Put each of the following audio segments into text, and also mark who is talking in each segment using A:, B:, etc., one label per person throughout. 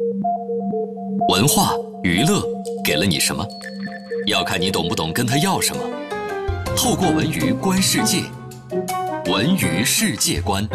A: 文化娱乐给了你什么？要看你懂不懂跟他要什么。透过文娱观世界，文娱世界观。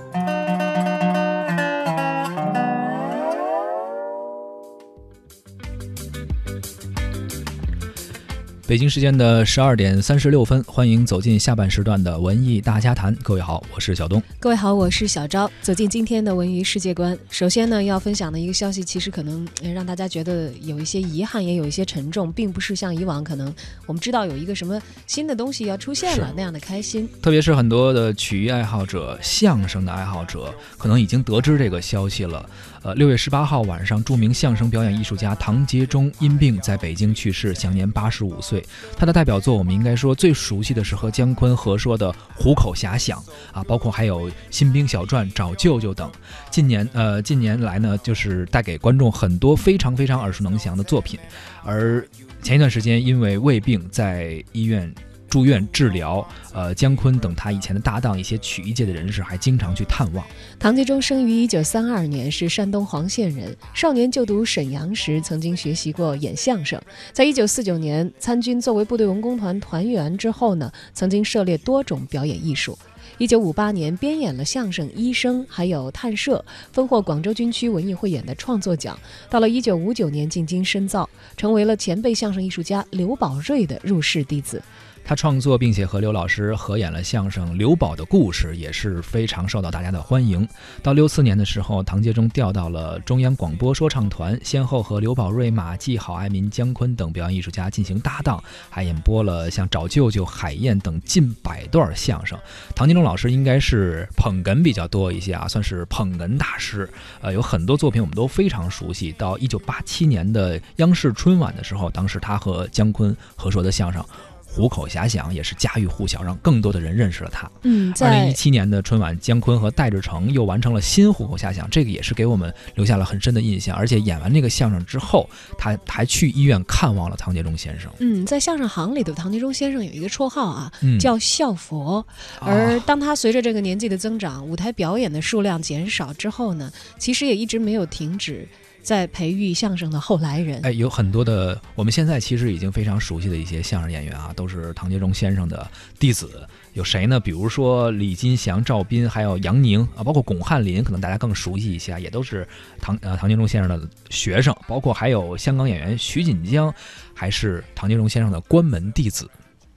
B: 北京时间的12点36分，欢迎走进下半时段的文艺大家谈。各位好，我是小东。
C: 各位好，我是小昭。走进今天的文娱世界观，首先呢，要分享的一个消息，其实可能让大家觉得有一些遗憾，也有一些沉重，并不是像以往可能我们知道有一个什么新的东西要出现了那样的开心。
B: 特别是很多的曲艺爱好者、相声的爱好者，可能已经得知这个消息了。6月18号晚上，著名相声表演艺术家唐杰忠因病在北京去世，享年85岁。他的代表作，我们应该说最熟悉的是和姜昆合说的《虎口遐想》啊，包括还有《新兵小传》《找舅舅》等。近年来呢，就是带给观众很多非常耳熟能详的作品。而前一段时间，因为胃病在医院住院治疗，姜昆等他以前的搭档一些曲艺界的人士还经常去探望。
C: 唐杰忠生于1932年，是山东黄县人。少年就读沈阳时，曾经学习过演相声。在1949年参军作为部队文工团团员之后呢，曾经涉猎多种表演艺术。1958年编演了相声《医生》还有《探社》，分获广州军区文艺汇演的创作奖。到了1959年进京深造，成为了前辈相声艺术家刘宝瑞的入室弟子。
B: 他创作并且和刘老师合演了相声《刘宝的故事》，也是非常受到大家的欢迎。到64年的时候，唐杰忠调到了中央广播说唱团，先后和刘宝瑞、马季、郝爱民、姜昆等表演艺术家进行搭档，还演播了像《找舅舅》《海燕》等近100段相声。唐杰忠老师应该是捧哏比较多一些啊，算是捧哏大师。有很多作品我们都非常熟悉。到1987年的央视春晚的时候，当时他和姜昆合说的相声虎口遐想也是家喻户晓，让更多的人认识了他。2017年的春晚，姜昆和戴志诚又完成了新虎口遐想，这个也是给我们留下了很深的印象。而且演完这个相声之后，他还去医院看望了唐杰忠先生。
C: 在相声行里头，唐杰忠先生有一个绰号啊，叫笑佛。而当他随着这个年纪的增长，舞台表演的数量减少之后呢，其实也一直没有停止在培育相声的后来人。
B: 有很多的我们现在其实已经非常熟悉的一些相声演员啊，都是唐杰忠先生的弟子。有谁呢？比如说李金祥、赵斌，还有杨宁啊，包括巩汉林，可能大家更熟悉一些，也都是唐杰忠先生的学生。包括还有香港演员徐锦江，还是唐杰忠先生的关门弟子。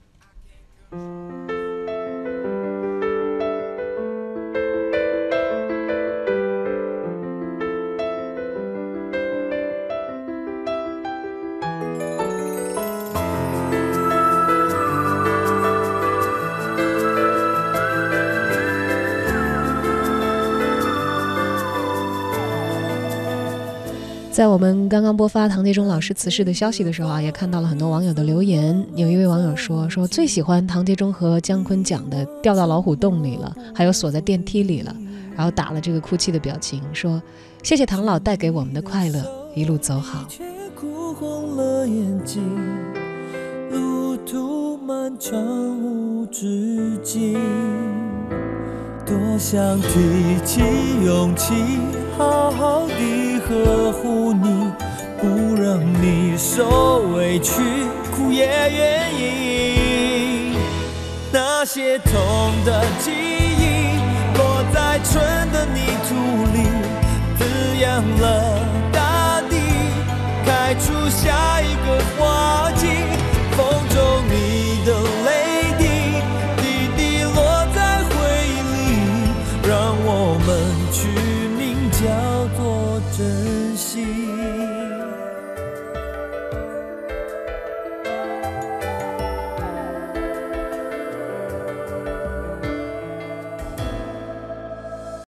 C: 在我们刚刚播发唐杰忠老师辞世的消息的时候啊，也看到了很多网友的留言。有一位网友说最喜欢唐杰忠和姜昆讲的掉到老虎洞里了，还有锁在电梯里了，然后打了这个哭泣的表情，说谢谢唐老带给我们的快乐，一路走好。
D: 哭红了眼睛，路途漫长无止境，多想提起勇气，好好地呵护你，不让你受委屈，哭也愿意。那些痛的记忆落在春的泥土里，滋养了大地，开出下一个花季。风中你的泪滴，滴滴落在回忆里，让我们取名叫做珍惜。